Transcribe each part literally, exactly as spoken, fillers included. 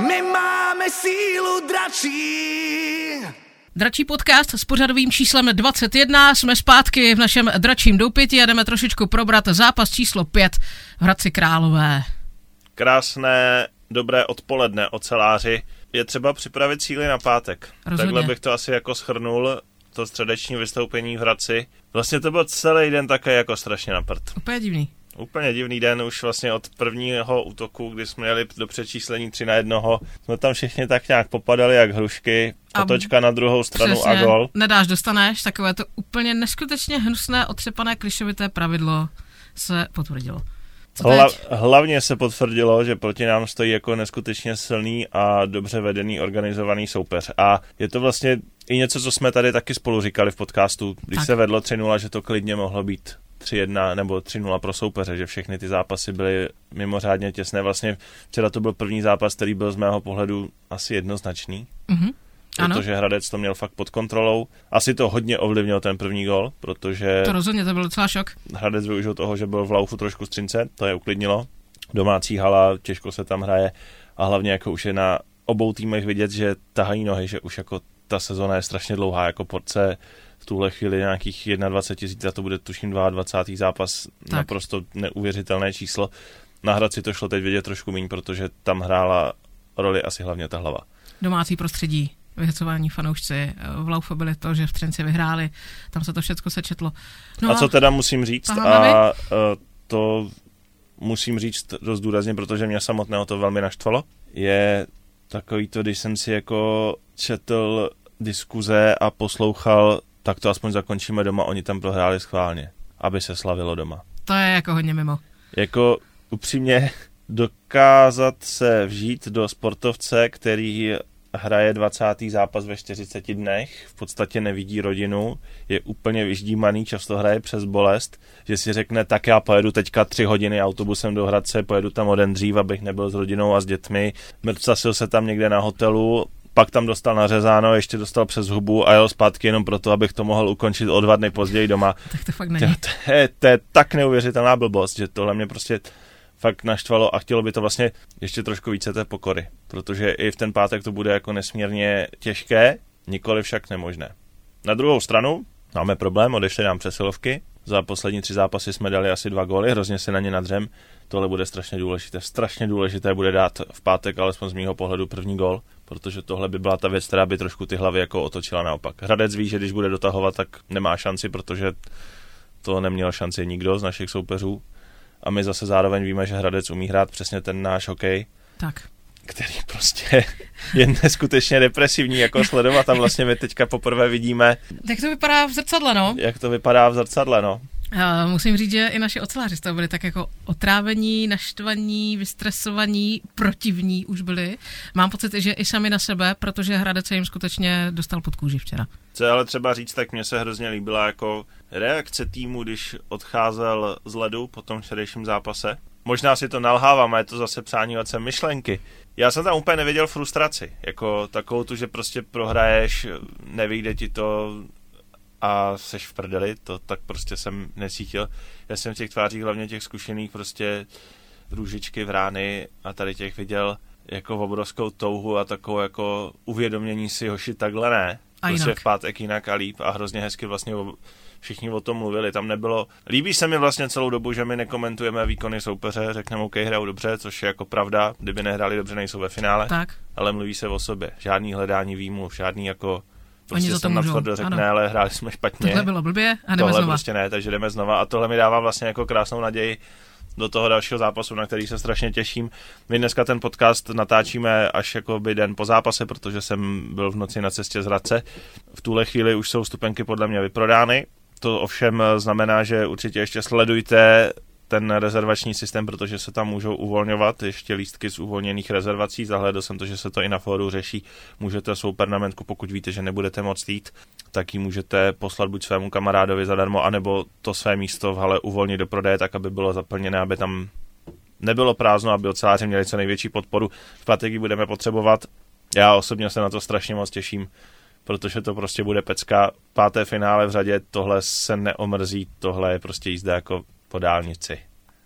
My máme sílu dračí. Dračí podcast s pořadovým číslem dvacet jedna. Jsme zpátky v našem dračím doupěti a jdeme trošičku probrat zápas číslo pět v Hradci Králové. Krásné, dobré odpoledne, oceláři. Je třeba připravit síly na pátek. Rozhodně. Takhle bych to asi jako shrnul, to středeční vystoupení v Hradci. Vlastně to byl celý den také jako strašně na prd. Úplně divný. Úplně divný den, už vlastně od prvního útoku, kdy jsme jeli do přečíslení tři na jednoho, jsme tam všichni tak nějak popadali jak hrušky, otočka na druhou stranu přesně, a gol. Nedáš, dostaneš, takové to úplně neskutečně hnusné, otřepané klišovité pravidlo se potvrdilo. Hla, hlavně se potvrdilo, že proti nám stojí jako neskutečně silný a dobře vedený, organizovaný soupeř. A je to vlastně i něco, co jsme tady taky spolu říkali v podcastu, když tak se vedlo tři nula, že to klidně mohlo být tři jedna nebo tři nula pro soupeře, že všechny ty zápasy byly mimořádně těsné. Vlastně včera to byl první zápas, který byl z mého pohledu asi jednoznačný. Mm-hmm. Protože ano. Hradec to měl fakt pod kontrolou. Asi to hodně ovlivnil ten první gol, protože to rozhodně, to byl docela šok. Hradec využil toho, že byl v laufu trošku střince, to je uklidnilo. Domácí hala, těžko se tam hraje a hlavně jako už je na obou týmech vidět, že tahají nohy, že už jako ta sezona je strašně dlouhá, jako porce v tuhle chvíli nějakých dvacet jedna tisíc, a to bude tuším dvacátý druhý zápas, tak. Naprosto neuvěřitelné číslo. Na Hradci to šlo teď vidět trošku míň, protože tam hrála roli asi hlavně ta hlava. Domácí prostředí, vyhecování fanoušci, v laufu byli to, že v Třinci vyhráli, tam se to všecko sečetlo. No a co teda musím říct, a to musím říct dost důrazně, protože mě samotného to velmi naštvalo, je takový to, když jsem si jako četl diskuze a poslouchal, tak to aspoň zakončíme doma, oni tam prohráli schválně, aby se slavilo doma. To je jako hodně mimo. Jako upřímně dokázat se vžít do sportovce, který hraje dvacátý zápas ve čtyřiceti dnech, v podstatě nevidí rodinu, je úplně vyždímaný, často hraje přes bolest, že si řekne, tak já pojedu teďka tři hodiny autobusem do Hradce, pojedu tam o den dřív, abych nebyl s rodinou a s dětmi, mrtvasil se tam někde na hotelu, pak tam dostal nařezáno, ještě dostal přes hubu a jel zpátky jenom proto, abych to mohl ukončit o dva dny později doma. Tak to fakt není. To, to, je, to je tak neuvěřitelná blbost, že tohle mě prostě fakt naštvalo a chtělo by to vlastně ještě trošku více té pokory, protože i v ten pátek to bude jako nesmírně těžké, nikoli však nemožné. Na druhou stranu máme problém, odešly nám přesilovky, za poslední tři zápasy jsme dali asi dva góly, hrozně se na ně nadřem, tohle bude strašně důležité, strašně důležité bude dát v pátek, alespoň z mýho pohledu, první gól, protože tohle by byla ta věc, která by trošku ty hlavy jako otočila naopak. Hradec ví, že když bude dotahovat, tak nemá šanci, protože to neměl šanci nikdo z našich soupeřů. A my zase zároveň víme, že Hradec umí hrát přesně ten náš hokej, tak. Který prostě je neskutečně depresivní, jako sledovat. A vlastně my teďka poprvé vidíme, jak to vypadá v zrcadle, no. Jak to vypadá v zrcadle, no. Uh, musím říct, že i naši oceláři z toho byli tak jako otrávení, naštvaní, vystresovaní, protivní už byli. Mám pocit, že i sami na sebe, protože Hradec se jim skutečně dostal pod kůži včera. Co je ale třeba říct, tak mně se hrozně líbila jako reakce týmu, když odcházel z ledu po tom včerejším zápase. Možná si to nalhávám, a je to zase přání otce myšlenky. Já jsem tam úplně neviděl frustraci, jako takovou tu, že prostě prohraješ, nevyjde ti to a seš v prdeli, to tak prostě jsem necítil. Já jsem v těch tvářích, hlavně těch zkušených, prostě růžičky, vrány a tady těch viděl jako obrovskou touhu a takovou jako uvědomění si, hoši, takhle ne. A prostě jinak. V pátek jinak a líp a hrozně hezky vlastně všichni o tom mluvili. Tam nebylo, líbí se mi vlastně celou dobu, že my nekomentujeme výkony soupeře, řekneme, OK, hrajou dobře, což je jako pravda, kdyby nehráli dobře, nejsou ve finále, tak. Ale mluví se o sobě. Žádný hledání výmluv, žádný jako prostě to jsem natvrdo řekne, ano. Ale hráli jsme špatně. Tohle bylo blbě a jdeme tohle znova. Prostě ne, takže jdeme znova a tohle mi dává vlastně jako krásnou naději do toho dalšího zápasu, na který se strašně těším. My dneska ten podcast natáčíme až jakoby den po zápase, protože jsem byl v noci na cestě z Hradce. V tuhle chvíli už jsou vstupenky podle mě vyprodány. To ovšem znamená, že určitě ještě sledujte ten rezervační systém, protože se tam můžou uvolňovat ještě lístky z uvolněných rezervací. Zahlédl jsem to, že se to i na fóru řeší. Můžete svou pernamentku, pokud víte, že nebudete moct jít, tak ji můžete poslat buď svému kamarádovi zadarmo, anebo to své místo v hale uvolnit do prodeje, tak aby bylo zaplněné, aby tam nebylo prázdno, aby oceláři měli co největší podporu. V pátek ji budeme potřebovat. Já osobně se na to strašně moc těším, protože to prostě bude pecka. Páté finále v řadě, tohle se neomrzí, tohle je prostě jízda jako po dálnici.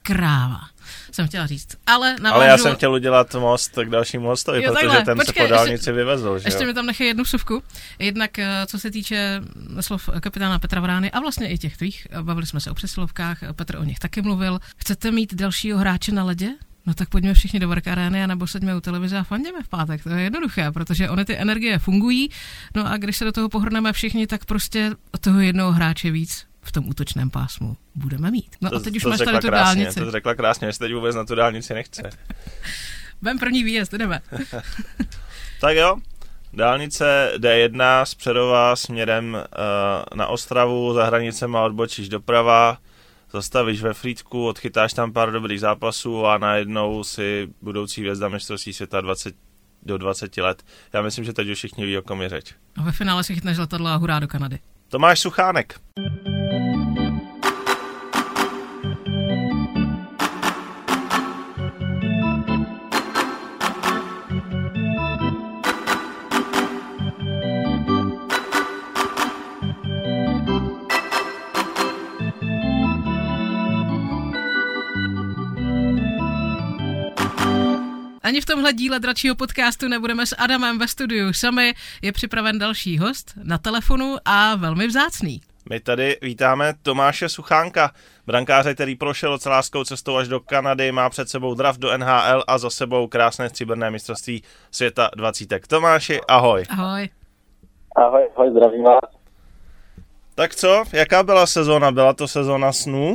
kráva, jsem chtěla říct. Ale, navážu... Ale já jsem chtěl udělat most k dalšímu mostovi, jo, protože takhle. ten Počkej, se po dálnici ještě, vyvezl. Že ještě jo? mi tam nechají jednu vsuvku. Jednak co se týče slov kapitána Petra Vrány a vlastně i těch tvých, bavili jsme se o přesilovkách, Petr o nich taky mluvil. Chcete mít dalšího hráče na ledě? No tak pojďme všichni do Work Areny a nebo seďme u televize a fanděme v pátek. To je jednoduché, protože ony ty energie fungují, no a když se do toho pohrneme všichni, tak prostě toho jednoho hráče víc v tom útočném pásmu budeme mít. No to, a teď už to máš tady tu krásně, dálnici. To řekla krásně, jestli teď vůbec na tu dálnici nechce. Vem první výjezd, jdeme. Tak jo, dálnice D jedna z Přerova směrem uh, na Ostravu, za hranicema odbočíš doprava, zastavíš ve Frýdku, odchytáš tam pár dobrých zápasů a najednou si budoucí hvězda mistrovství světa dvacet do dvaceti let. Já myslím, že teď už všichni ví, o kom je řeč. A ve finále si chytneš letadlo a hurá do Kanady. Tomáš Suchánek. Ani v tomhle díle dračího podcastu nebudeme s Adamem ve studiu sami, je připraven další host na telefonu a velmi vzácný. My tady vítáme Tomáše Suchánka, brankáře, který prošel ocelářskou cestou až do Kanady, má před sebou draft do N H L a za sebou krásné stříbrné mistrovství světa dvacítek. Tomáši, ahoj. Ahoj. Ahoj, ahoj, zdravím vás. Tak co, jaká byla sezóna? Byla to sezóna snů?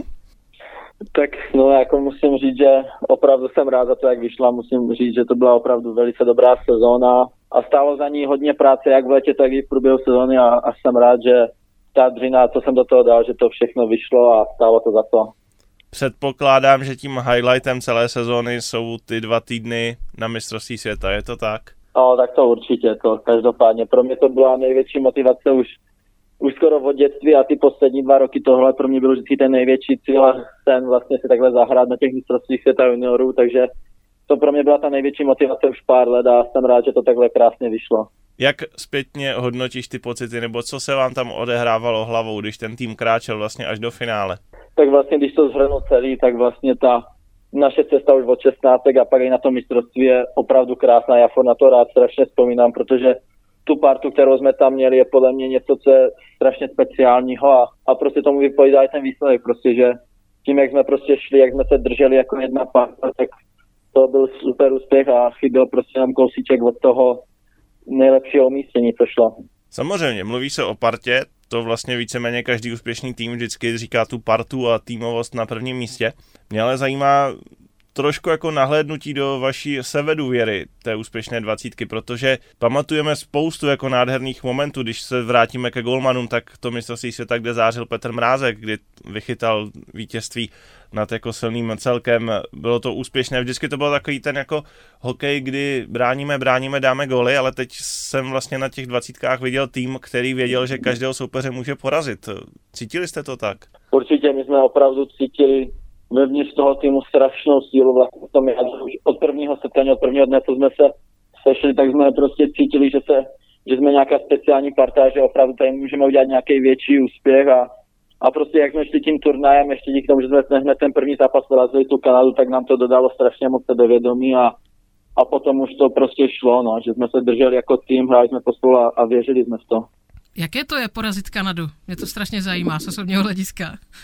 Tak no, jako musím říct, že opravdu jsem rád za to, jak vyšla. Musím říct, že to byla opravdu velice dobrá sezóna a stálo za ní hodně práce, jak v létě, tak i v průběhu sezóny a, a jsem rád, že ta dřina, co jsem do toho dal, že to všechno vyšlo a stálo to za to. Předpokládám, že tím highlightem celé sezóny jsou ty dva týdny na mistrovství světa, je to tak? No, tak to určitě, to každopádně. Pro mě to byla největší motivace už Už skoro od dětství a ty poslední dva roky tohle pro mě byl vždycky ten největší cíl a sen vlastně si takhle zahrát na těch mistrovstvích světa juniorů, takže to pro mě byla ta největší motivace už pár let a jsem rád, že to takhle krásně vyšlo. Jak zpětně hodnotíš ty pocity, nebo co se vám tam odehrávalo hlavou, když ten tým kráčel vlastně až do finále? Tak vlastně, když to zhrnu celý, tak vlastně ta naše cesta už od šestnáctek a pak i na to mistrovství je opravdu krásná. Já na to rád strašně vzpomínám, protože tu partu, kterou jsme tam měli, je podle mě něco, co je strašně speciálního a, a prostě tomu vypovídá i ten výsledek, prostě, že tím, jak jsme prostě šli, jak jsme se drželi jako jedna parta, tak to byl super úspěch a chyběl prostě nám kousíček od toho nejlepšího umístění, co šlo. Samozřejmě, mluví se o partě, to vlastně víceméně každý úspěšný tým vždycky říká tu partu a týmovost na prvním místě. Mě ale zajímá trošku jako nahlédnutí do vaší sebedůvěry té úspěšné dvacítky, protože pamatujeme spoustu jako nádherných momentů, když se vrátíme ke golmanům, tak to mistrovství světa, kde zářil Petr Mrázek, kdy vychytal vítězství nad jako silným celkem, bylo to úspěšné, vždycky to byl takový ten jako hokej, kdy bráníme, bráníme, dáme góly, ale teď jsem vlastně na těch dvacítkách viděl tým, který věděl, že každého soupeře může porazit. Cítili jste to tak? Určitě, my jsme opravdu cítili vevnitř toho týmu strašnou sílu, vlastně v tom už od prvního setkání, od prvního dne, co jsme se sešli, tak jsme prostě cítili, že, se, že jsme nějaká speciální parta, že opravdu tady můžeme udělat nějaký větší úspěch a, a prostě jak jsme šli tím turnajem, ještě díky tomu, že jsme hned ten první zápas porazili tu Kanadu, tak nám to dodalo strašně moc sebevědomí a, a potom už to prostě šlo, no, že jsme se drželi jako tým, hráli jsme pospolu a, a věřili jsme v to. Jaké to je porazit Kanadu? Mě to strašně zajímá z osobního hlediska.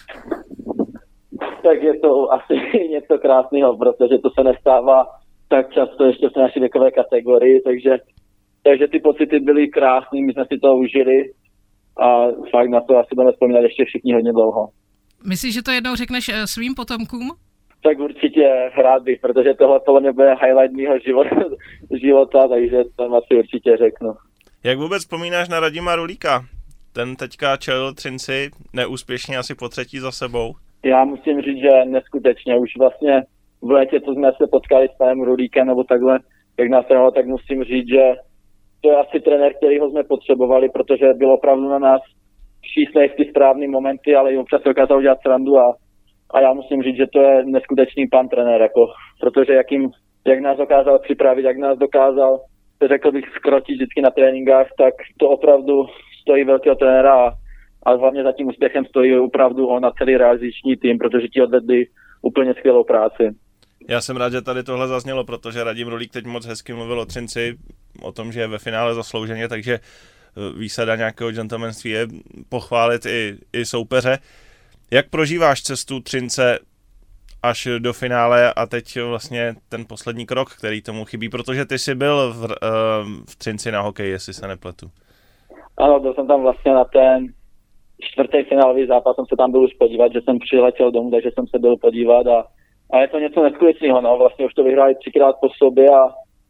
Tak je to asi něco krásného, protože to se nestává tak často ještě v té naší věkové kategorii, takže, takže ty pocity byly krásné, my jsme si to užili a fakt na to asi budeme vzpomínat ještě všichni hodně dlouho. Myslíš, že to jednou řekneš svým potomkům? Tak určitě rád bych, protože tohle podle mě bude highlight mýho života, života, takže to asi určitě řeknu. Jak vůbec vzpomínáš na Radima Rulíka? Ten teďka čelil Třinci neúspěšně asi po třetí za sebou. Já musím říct, že neskutečně. Už vlastně v létě, co jsme se potkali s panem Rulíkem nebo takhle, jak nás trénoval, tak musím říct, že to je asi trenér, kterýho jsme potřebovali, protože byl opravdu na nás čísnej v ty správný momenty, ale i občas se dokázal udělat srandu a, a já musím říct, že to je neskutečný pan trenér, jako, protože jak, jim, jak nás dokázal připravit, jak nás dokázal, řekl bych, skrotit vždycky na tréninkách, tak to opravdu stojí velkého trenéra a, a hlavně za tím úspěchem stojí opravdu on a celý realizační tým, protože ti odvedli úplně skvělou práci. Já jsem rád, že tady tohle zaznělo, protože Radim Rulík teď moc hezky mluvil o Třinci, o tom, že je ve finále zaslouženě, takže výsada nějakého gentlemanství je pochválit i, i soupeře. Jak prožíváš cestu Třince až do finále a teď vlastně ten poslední krok, který tomu chybí, protože ty jsi byl v, v Třinci na hokej, jestli se nepletu. Ano, byl jsem tam vlastně na ten čtvrtý finálový zápas, jsem se tam byl už podívat, že jsem přiletěl domů, takže jsem se byl podívat a, a je to něco neskutečného, no, vlastně už to vyhráli třikrát po sobě a,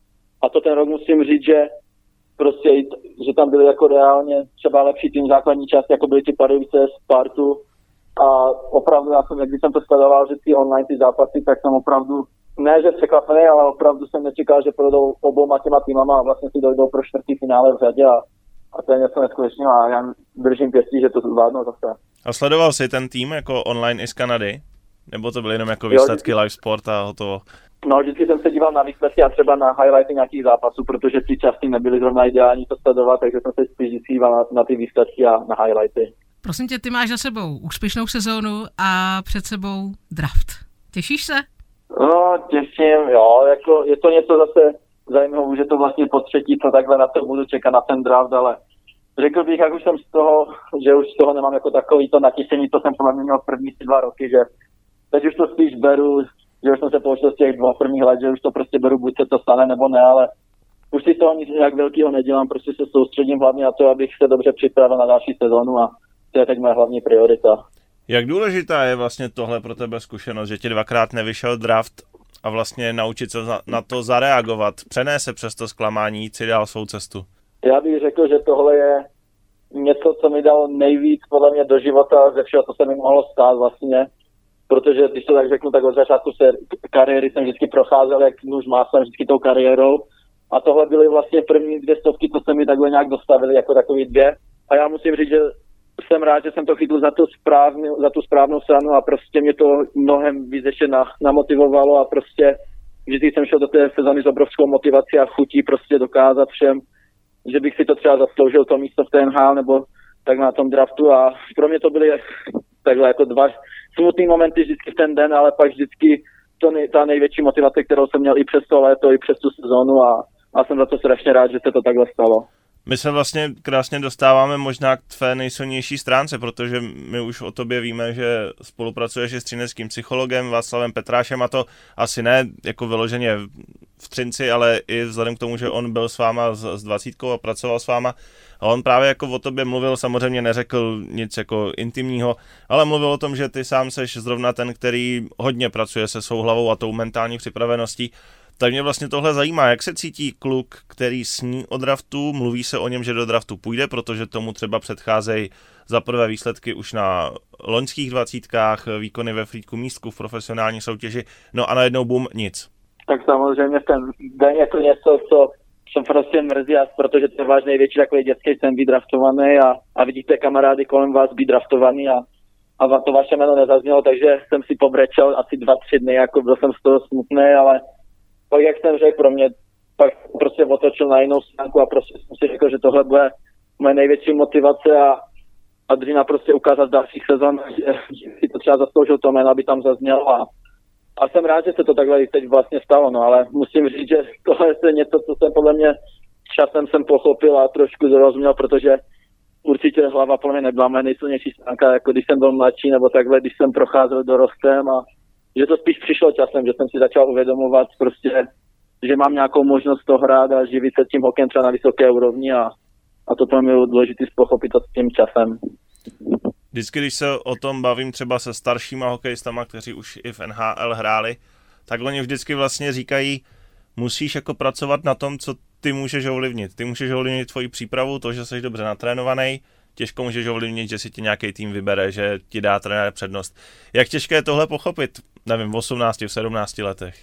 a to ten rok musím říct, že prostě, že tam byly jako reálně třeba lepší tým základní části, jako byly ty Pardubice, Spartu a opravdu já jsem, jak když jsem to sledoval, že ty online ty zápasy, tak jsem opravdu, ne že překvapený, ale opravdu jsem nečekal, že projdou obouma těma týmama a vlastně si dojdou pro čtvrtý finále v řadě a, a to je něco neskutečného a já držím pěstí, že to zvládnou zase. A sledoval jsi ten tým jako online i z Kanady? Nebo to byly jenom jako výsledky jo, live sport a hotovo? No, vždycky jsem se díval na výsledky a třeba na highlighty nějakých zápasů, protože ty časy nebyly zrovna ideální to sledovat, takže jsem se spíš díval na, na ty výsledky a na highlighty. Prosím tě, ty máš za sebou úspěšnou sezónu a před sebou draft. Těšíš se? No, těším, jo, jako je to něco zase zajímavé, že to vlastně po třetí, co takhle na to budu čekat na ten draft, ale řekl bych, jak už jsem z toho, že už z toho nemám jako takový to natěšení, to jsem podle mě měl první ty dva roky, že teď už to spíš beru, že už jsem se poučil z těch dvou prvních let, že už to prostě beru, buď se to stane nebo ne, ale už si toho nic nějak velkého nedělám, prostě se soustředím hlavně na to, abych se dobře připravil na další sezónu a to je teď moje hlavní priorita. Jak důležitá je vlastně tohle pro tebe zkušenost, že ti dvakrát nevyšel draft a vlastně naučit se na to zareagovat, přenést se přes to zklamání, jít si dál svou cestu? Já bych řekl, že tohle je něco, co mi dalo nejvíc podle mě do života ze všeho, co se mi mohlo stát vlastně. Protože když to tak řeknu, tak od začátku se kariéry jsem vždycky procházel jak nůž máslem vždycky tou kariérou. A tohle byly vlastně první dvě stovky, co se mi takhle nějak dostavily jako takový dvě. A já musím říct, že jsem rád, že jsem to chytl za tu správnou, za tu správnou stranu a prostě mě to mnohem víc ještě na, namotivovalo a prostě vždycky jsem šel do té sezony s obrovskou motivací a chutí prostě dokázat všem, že bych si to třeba zasloužil to místo v T N H L nebo tak na tom draftu a pro mě to byly takhle jako dva smutný momenty vždycky v ten den, ale pak vždycky to nej, ta největší motivace, kterou jsem měl i přes to léto, i přes tu sezónu a, a jsem za to strašně rád, že se to takhle stalo. My se vlastně krásně dostáváme možná k tvé nejsilnější stránce, protože my už o tobě víme, že spolupracuješ s třineckým psychologem Václavem Petrášem a to asi ne jako vyloženě v Třinci, ale i vzhledem k tomu, že on byl s váma s dvacítkou a pracoval s váma. A on právě jako o tobě mluvil, samozřejmě neřekl nic jako intimního, ale mluvil o tom, že ty sám seš zrovna ten, který hodně pracuje se svou hlavou a tou mentální připraveností. Tak mě vlastně tohle zajímá, jak se cítí kluk, který sní o draftu, mluví se o něm, že do draftu půjde, protože tomu třeba předcházejí za prvé výsledky už na loňských dvacítkách, výkony ve flídku místku v profesionální soutěži, no a najednou bum, nic. Tak samozřejmě ten den je to něco, co jsem prostě mrzí, protože to je váš největší takový dětský sen být draftovaný a, a vidíte kamarády kolem vás být draftovaný a, a to vaše jméno nezaznělo, takže jsem si pobrečel asi dva, tři dny, jako byl jsem z toho smutný, ale pak, jak jsem řekl, pro mě pak prostě otočil na jinou stránku a prostě jsem si řekl, že tohle bude moje největší motivace a, a Drina prostě ukázat v dalších sezónách, že, že si to třeba zasloužil to jméno, aby tam zaznělo a, a jsem rád, že se to takhle teď vlastně stalo, no ale musím říct, že tohle je něco, co jsem podle mě časem jsem pochopil a trošku zrozuměl, protože určitě hlava podle mě nebyla moje nejsilnější stránka, jako když jsem byl mladší nebo takhle, když jsem procházel dorostem a že to spíš přišlo časem, že jsem si začal uvědomovat prostě, že mám nějakou možnost to hrát a živit se tím hokejem třeba na vysoké úrovni a, a to pro mě je důležité pochopit to s tím časem. Vždycky, když se o tom bavím třeba se staršíma hokejistama, kteří už i v N H L hráli, tak oni vždycky vlastně říkají, musíš jako pracovat na tom, co ty můžeš ovlivnit. Ty můžeš ovlivnit tvoji přípravu, to, že jsi dobře natrénovaný, těžko můžeš ovlivnit, že si ti nějaký tým vybere, že ti dá trenér přednost. Jak těžké je tohle pochopit, nevím, v osmnácti, v sedmnácti letech?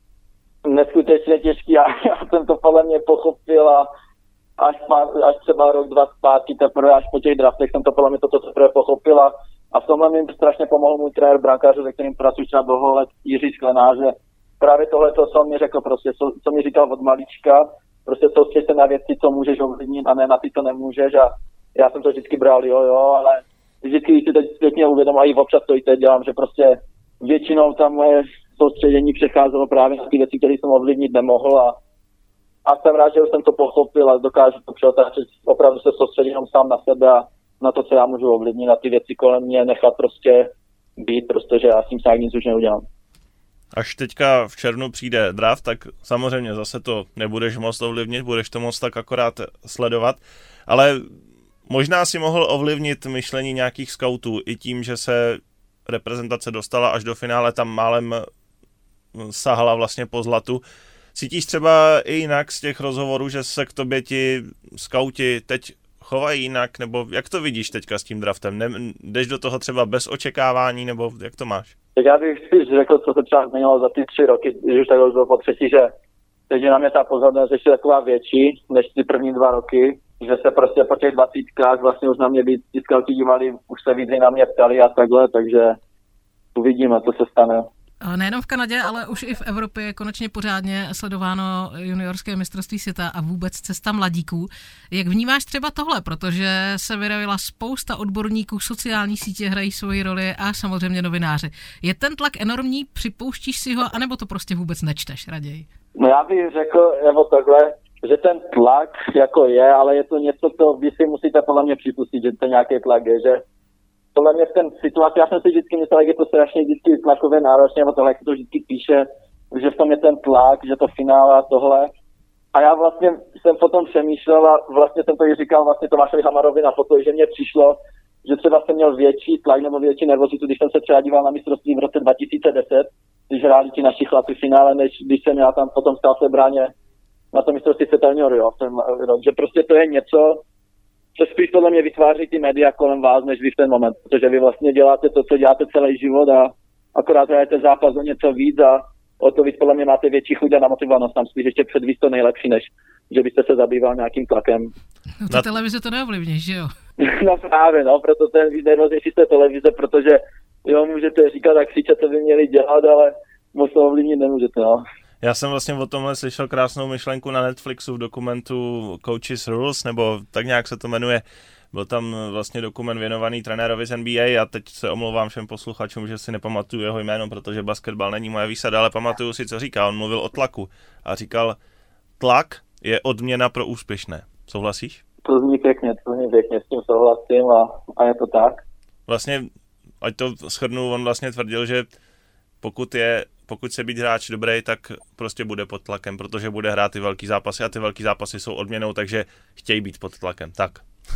Neskutečně těžký, já, já jsem to podle mě pochopil a až, až třeba rok, dva zpátky, teprve až po těch draftech jsem to podle mě toto teprve pochopil a, a v tomhle mi strašně pomohl můj trenér brankářů, se kterým pracuji třeba dlouho let, Jiří Sklenář, že právě tohle, co on mi řekl, prostě, co, co mi říkal od malička, prostě soustřeď se na věci, co můžeš ovlivnit a ne na ty, co nemůžeš a já jsem to vždycky bral, jo, jo, ale vždycky, když si teď zpětně uvědomil, a i občas to i teď dělám, že prostě většinou tam moje soustředění přecházelo právě na ty věci, které jsem ovlivnit nemohl a, a jsem rád, že už jsem to pochopil a dokážu to přeotáčet, opravdu se soustředit jenom sám na sebe a na to, co já můžu ovlivnit, na ty věci kolem mě nechat prostě být, protože já s tím tak nic už neudělám. Až teďka v červnu přijde draft, tak samozřejmě zase to nebudeš moc ovlivnit, budeš to moc tak akorát sledovat, ale možná si mohl ovlivnit myšlení nějakých skautů i tím, že se reprezentace dostala až do finále, tam málem sahala vlastně po zlatu. Cítíš třeba i jinak z těch rozhovorů, že se k tobě ti skauti teď chovají jinak, nebo jak to vidíš teďka s tím draftem? Ne, jdeš do toho třeba bez očekávání, nebo jak to máš? Tak já bych spíš řekl, co se třeba změnilo za ty tři roky, když už takhle bylo po třetí, že teď je na mě ta pozornost ještě taková větší, než ty první dva roky, že se prostě po těch dvacítkách vlastně už na mě víc, ti skauti dívali, už se víc na mě ptali a takhle, takže uvidíme, co se stane. Nejenom v Kanadě, ale už i v Evropě je konečně pořádně sledováno juniorské mistrovství světa a vůbec cesta mladíků. Jak vnímáš třeba tohle, protože se vyrojila spousta odborníků, sociální sítě hrají svoji roli a samozřejmě novináři. Je ten tlak enormní, připouštíš si ho, anebo to prostě vůbec nečteš raději? No já bych řekl, nebo takhle, že ten tlak jako je, ale je to něco, co vy si musíte podle mě připustit, že to nějaký tlak je, že podle mě v ten situaci, já jsem si vždycky myslel, jak je to strašně vždycky tlakově náročně, nebo tohle, jak se to vždycky píše, že v tom je ten tlak, že to finále a tohle. A já vlastně jsem potom přemýšlel a vlastně jsem to i říkal vlastně Tomášovi Hamarovi na foto, že mně přišlo, že třeba jsem měl větší tlak nebo větší nervozitu, když jsem se třeba díval na mistrovství v roce dva tisíce deset, když hráli ti naši chlapi v finále, než když jsem já tam potom stál se bráně na to mistrovství světa juniorů. Že prostě to je něco, co spíš podle mě vytváří ty média kolem vás, než vy v ten moment, protože vy vlastně děláte to, co děláte celý život a akorát hrajete zápas o něco víc a o to víc podle mě máte větší chuť a namotivovanost tam spíš ještě předvíc to nejlepší, než že byste se zabýval nějakým tlakem. No to televize to neovlivníš, že jo? No právě, no, proto ten víc nejroznější z té televize, protože jo, můžete říkat a křičet, co by měli dělat, ale moc to ovlivnit nemůžete, no. Já jsem vlastně o tomhle slyšel krásnou myšlenku na Netflixu v dokumentu Coaches Rules, nebo tak nějak se to jmenuje. Byl tam vlastně dokument věnovaný trenérovi z N B A a teď se omlouvám všem posluchačům, že si nepamatuju jeho jméno, protože basketbal není moje výsada, ale pamatuju si, co říká. On mluvil o tlaku a říkal, tlak je odměna pro úspěšné. Souhlasíš? To zní pěkně, to zní pěkně, s tím souhlasím a, a je to tak. Vlastně, ať to shrnu, on vlastně tvrdil, že pokud je pokud se být hráč dobrý, tak prostě bude pod tlakem, protože bude hrát ty velký zápasy a ty velký zápasy jsou odměnou, takže chtějí být pod tlakem. Tak.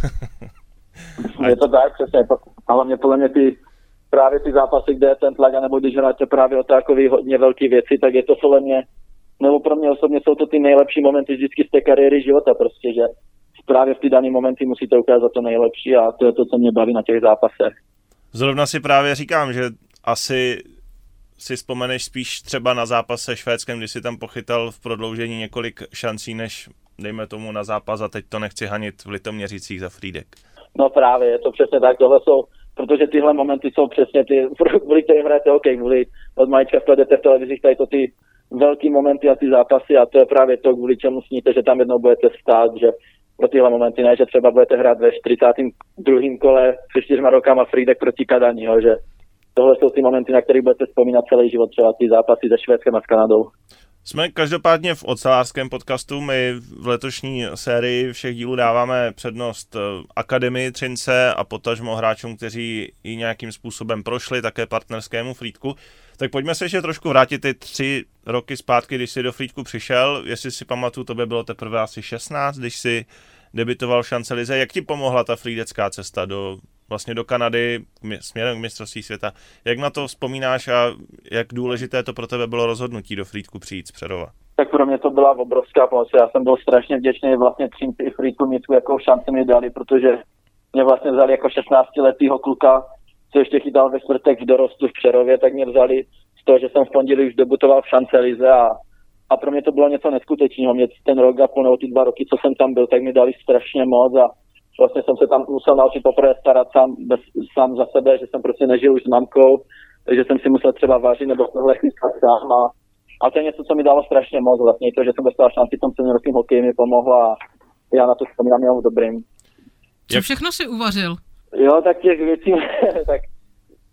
Je to tak, přesně. Ale mě podle mě ty, právě ty zápasy, kde je ten tlak, nebo když hráte právě o takové hodně velké věci, tak je to podle mě, nebo pro mě osobně jsou to ty nejlepší momenty vždycky z té kariéry života prostě, že právě v ty dané momenty musíte ukázat to nejlepší a to je to, co mě baví na těch zápasech. Zrovna si právě říkám, že asi si vzpomeneš spíš třeba na zápas se Švédskem, kdy si tam pochytal v prodloužení několik šancí, než dejme tomu na zápas a teď to nechci hanit v Litoměřicích za Frýdek. No právě, je to přesně tak, tohle jsou, protože tyhle momenty jsou přesně ty, kvůli kterým hrajete hokej, kvůli od malička sledujete v televizích, tady to ty velký momenty a ty zápasy a to je právě to, kvůli čemu sníte, že tam jednou budete stát, že pro tyhle momenty ne, že třeba budete hrát ve čtyřicátém druhém kole se čtyřma rokama Frýdek proti Kadani, jo, že tohle jsou ty momenty, na kterých budete vzpomínat celý život, třeba ty zápasy se Švédskem a s Kanadou. Jsme každopádně v ocelářském podcastu, my v letošní sérii všech dílů dáváme přednost Akademii Třince a potažmo hráčům, kteří ji nějakým způsobem prošli, také partnerskému Frýdku. Tak pojďme se ještě trošku vrátit ty tři roky zpátky, když jsi do Frýdku přišel. Jestli si pamatuju, to by bylo teprve asi šestnáct, když jsi debitoval v šance lize. Jak ti pomohla ta frýdecká cesta do, vlastně do Kanady směrem k mistrovství světa? Jak na to vzpomínáš a jak důležité to pro tebe bylo rozhodnutí do Frýdku přijít z Přerova? Tak pro mě to byla obrovská pomoc. Já jsem byl strašně vděčný vlastně Třinci i Frýdku, mi tu jakou šanci mi dali, protože mě vlastně vzali jako šestnáctiletýho kluka, co ještě chytal ve čtvrtek v dorostu v Přerově, tak mě vzali z toho, že jsem v pondělí už debutoval v šance lize a A pro mě to bylo něco neskutečného. Mě ten rok a půl nebo ty dva roky, co jsem tam byl, tak mi dali strašně moc a vlastně jsem se tam musel naučit poprvé starat sám, bez, sám za sebe, že jsem prostě nežil už s mamkou, takže jsem si musel třeba vážit nebo tohle chystat sám a, a to je něco, co mi dalo strašně moc vlastně. To, že jsem dostal šanci v tom seniorském hokeji, mi pomohlo a já na to vzpomínám jenom dobrým. Co všechno si uvařil? Jo, tak těch věcí, tak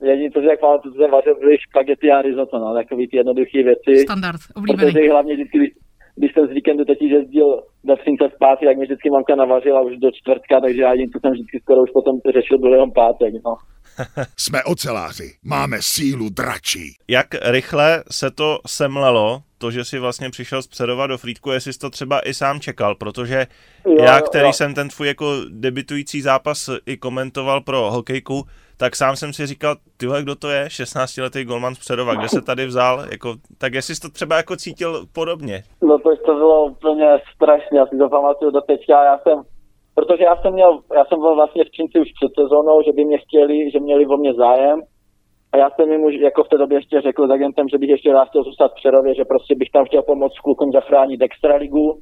jediný, co si jak pamatuju, jsem vařil, byly špagety a risotto, no, takový ty jednoduché věci. Standard, oblíbený. Protože hlavně vždycky, když, když jsem z víkendu totiž jezdil do Třince zpátky, tak mi vždycky mamka navařila už do čtvrtka, takže já jediný, co jsem vždycky skoro už potom řešil, byl jenom pátek, no. Jsme oceláři, máme sílu dračí. Jak rychle se to semlelo, to, že jsi vlastně přišel z Přerova do Frýdku, jestli jsi to třeba i sám čekal, protože jo, já, který jo. jsem ten tvůj jako debitující zápas i komentoval pro hokejku, tak sám jsem si říkal, tyhle, kdo to je, šestnáctiletý golman z Přerova, kde se tady vzal, jako, tak jestli jsi to třeba jako cítil podobně. No to, to bylo úplně strašně, já si to pamatuju do teďka, já jsem, protože já jsem měl, já jsem byl vlastně v Třinci už před sezónou, že by mě chtěli, že měli o mě zájem. A já jsem jim už jako v té době ještě řekl s agentem, že bych ještě rád chtěl zůstat v Přerově, že prostě bych tam chtěl pomoct klukům zachránit extraligu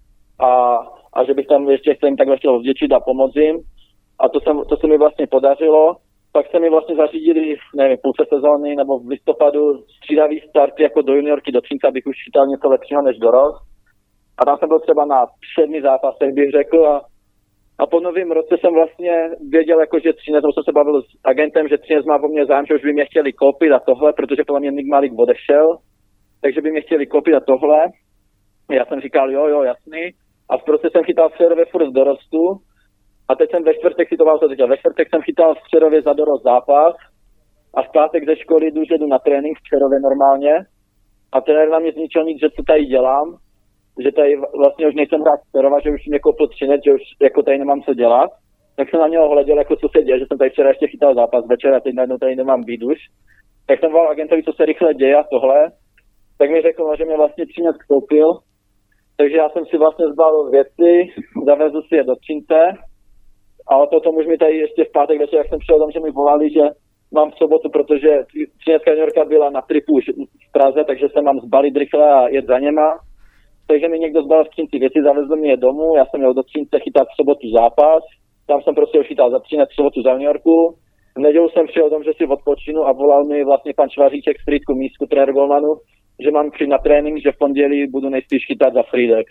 a, a že bych tam ještě chtěl jim takhle chtěl vděčit a pomoct jim. A to, jsem, to se mi vlastně podařilo. Pak se mi vlastně zařídili, nevím, půlce sezóny nebo v listopadu střídavý start jako do juniorky do Třince, abych už chytal něco lepšího než dorost. A tam jsem byl třeba na sedmi zápasech, bych řekl. A A po novém roce jsem vlastně věděl, jako, že Třinec, jsem se bavil s agentem, že Třinec má po mně zájem, že už by mě chtěli koupit a tohle, protože podle mě Nick Malik odešel, takže by mě chtěli koupit a tohle. Já jsem říkal, jo, jo, jasný. A v prostě jsem chytal v Přerově furt z dorostu. A teď jsem ve čtvrtek si to vám to říkal. Ve čtvrtek jsem chytal v Přerově za dorost zápas. A v pátek ze školy jdu, že jdu na trénink v Přerově normálně. A trenér na mě z ničeho nic, že co tady dělám. Že tady vlastně už nejsem hrát Přerova, že už mě koupil Třinec, že už jako tady nemám co dělat. Tak jsem na něho hleděl, jako co se děje, že jsem tady včera ještě chytal zápas večer a teď najednou tady nemám být už. Tak jsem volal agentovi, co se rychle děje a tohle. Tak mi řekl, že mě vlastně Třinec koupil. Takže já jsem si vlastně zbalil věci, zavezl si je do Třince. Ale potom už mi tady ještě v pátek večer, jak jsem přišel, že mi volali, že mám v sobotu, protože Třinecká juniorka byla na tripu už v Praze, takže se mám zbalit rychle a jet za něma. Takže mi někdo zbalil v Třinci věci, zavezl mě je domů, já jsem měl do Třince chytat v sobotu zápas, tam jsem prostě už chytal za Třinec v sobotu za juniorku. V nedělu jsem přijel dom, že si odpočinu a volal mi vlastně pan Švaříček z Frýdku místku, trenér golmanu, že mám přijít na trénink, že v pondělí budu nejspíš chytat za Frýdek.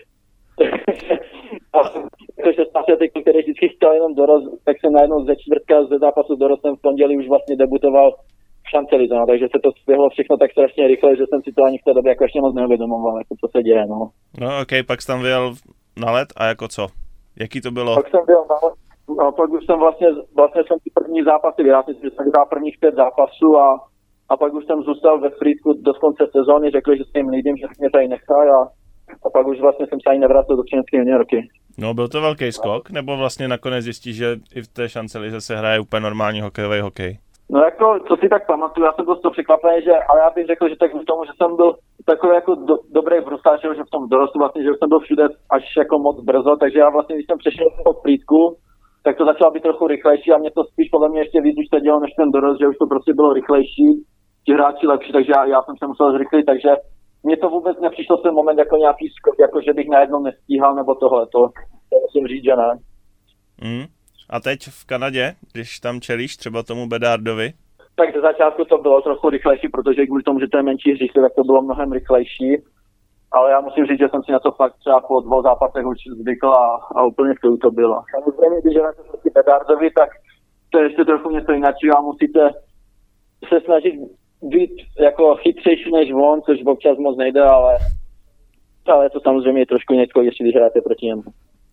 A protože šestnáctiletý, který vždycky chytal jenom dorost, tak jsem najednou ze čtvrtka ze zápasu dorostem v pondělí už vlastně debutoval v Šancelize, no, takže se to spěhlo všechno tak strašně rychle, že jsem si to ani v té době jako ještě moc neuvědomoval, jako co se děje, no. No ok, pak jsi tam vyjel na let a jako co? Jaký to bylo? Pak jsem vyjel na let, no, pak už jsem vlastně, vlastně jsem ty první zápasy vyhrál, že jsem vyhrál prvních pět zápasů a, a pak už jsem zůstal ve Frýdku do konce sezóny, řekli, že s tím líbím, že mě tady nechají a, a pak už vlastně jsem se ani nevracel do Třinecké juniorky. No, byl to velký skok, nebo vlastně nakonec zjistíš, že i v té Šancelize se hraje úplně normální hokejový hokej? No jako, co si tak pamatuju, já jsem dost to překvapený, že, ale já bych řekl, že tak k tomu, že jsem byl takový jako do, dobrý brustář, že v tom dorostu vlastně, že už jsem byl všude až jako moc brzo, takže já vlastně, když jsem přešel po Frýdku, tak to začalo být trochu rychlejší a mě to spíš podle mě ještě víc už se dělo než ten dorost, že už to prostě bylo rychlejší, ti hráči lepší, takže já, já jsem se musel zrychlit, takže mně to vůbec nepřišlo ten moment jako nějaký skok, jako že bych najednou nestíhal nebo tohle, to, to musím říct, že ne. Mm. A teď v Kanadě, když tam čelíš třeba tomu Bedardovi? Tak ze začátku to bylo trochu rychlejší, protože kvůli tomu, že to je menší hřiště, tak to bylo mnohem rychlejší. Ale já musím říct, že jsem si na to fakt třeba po dvou zápasech už zvykl a, a úplně v to bylo. Samozřejmě, když hráte proti Bedardovi, tak to je ještě trochu něco jiného a musíte se snažit být jako chytřejší než on, což občas moc nejde, ale, ale to samozřejmě je trošku něco, když hráte proti němu.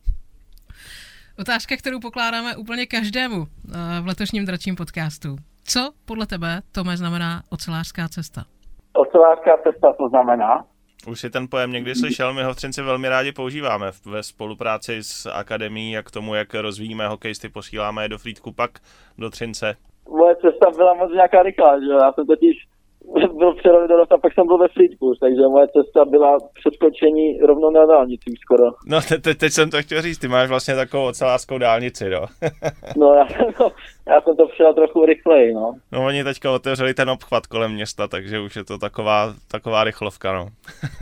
Otázka, kterou pokládáme úplně každému v letošním Dračím podcastu. Co podle tebe, Tome, znamená ocelářská cesta? Ocelářská cesta to znamená? Už si ten pojem někdy slyšel, my ho v Třinci velmi rádi používáme ve spolupráci s akademií a k tomu, jak rozvíjíme hokejisty, posíláme je do Frýdku, pak do Třince. Moje cesta byla moc nějaká rychlá, že já jsem totiž byl v Přerově dorost a pak jsem byl ve Frýdku, takže moje cesta byla přeskočení rovnou na dálnici už skoro. No te, te, teď jsem to chtěl říct, ty máš vlastně takovou ocelářskou dálnici, no. No já, no, já jsem to přijel trochu rychleji, no. No oni teďka otevřeli ten obchvat kolem města, takže už je to taková, taková rychlovka, no.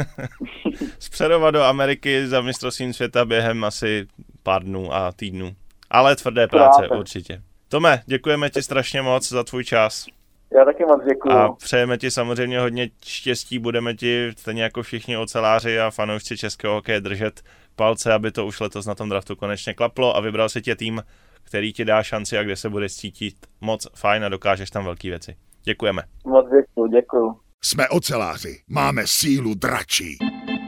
Z Přerova do Ameriky za mistrovstvím světa během asi pár dnů a týdnů. Ale tvrdé práce, Práce. určitě. Tome, děkujeme ti strašně moc za tvůj čas. Já taky moc děkuju. A přejeme ti samozřejmě hodně štěstí, budeme ti stejně jako všichni oceláři a fanoušci českého hokeje držet palce, aby to už letos na tom draftu konečně klaplo a vybral si tě tým, který ti dá šanci a kde se budeš cítit moc fajn a dokážeš tam velký věci. Děkujeme. Moc děkuju, děkuju. Jsme oceláři, máme sílu dračí.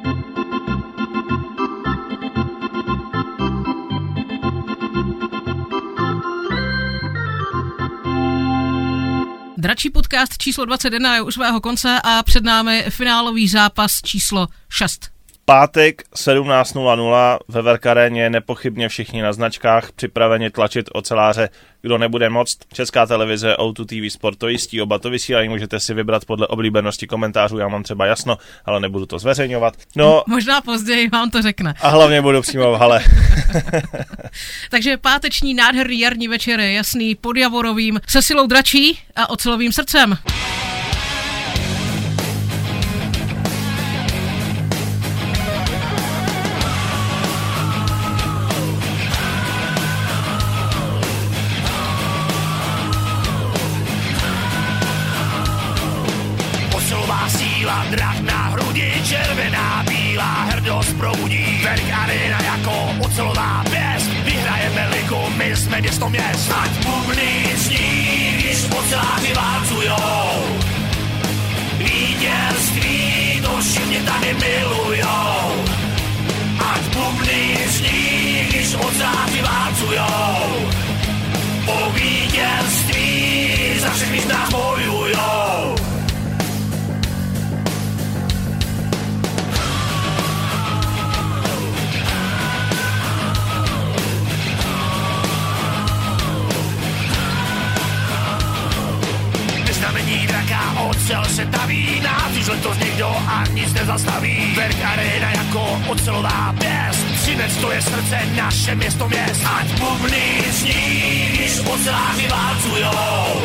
Dračí podcast číslo dvacet jedna je u svého konce a před námi finálový zápas číslo šest. Pátek sedmnáct nula nula ve Verkaréně, nepochybně všichni na značkách, připraveni tlačit oceláře, kdo nebude moct. Česká televize, O dva T V Sport, to jistí, oba to vysílají, můžete si vybrat podle oblíbenosti komentářů, já mám třeba jasno, ale nebudu to zveřejňovat. No, možná později vám to řekne. A hlavně budu přímo v hale. Takže páteční nádherný jarní večer je jasný pod Javorovým se silou dračí a ocelovým srdcem. Drak na hrudi, červená, bílá, hrdost probudí. Verk Arena jako ocelová pěst, vyhrajeme ligu, my jsme město měst. Ať bubny zní, když oceláři válcujou. Vítězství, to všichni tady milujou. Ať bubny zní, když oceláři válcujou. Po vítězství za všechny z nás bojujou. Znamení draka, ocel se taví, nás už letos někdo a nic nezastaví. Verk Arena jako ocelová pěst, Třinec to je srdce, naše město měst. Ať bubny zní, když oceláři válcujou.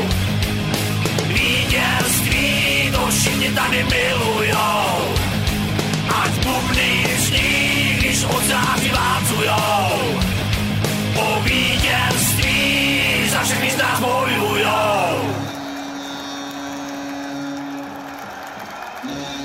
Vítězství, to všichni tady milujou. Ať bubny zní, když oceláři válcujou. Po vítězství za všechny z nás bojujou.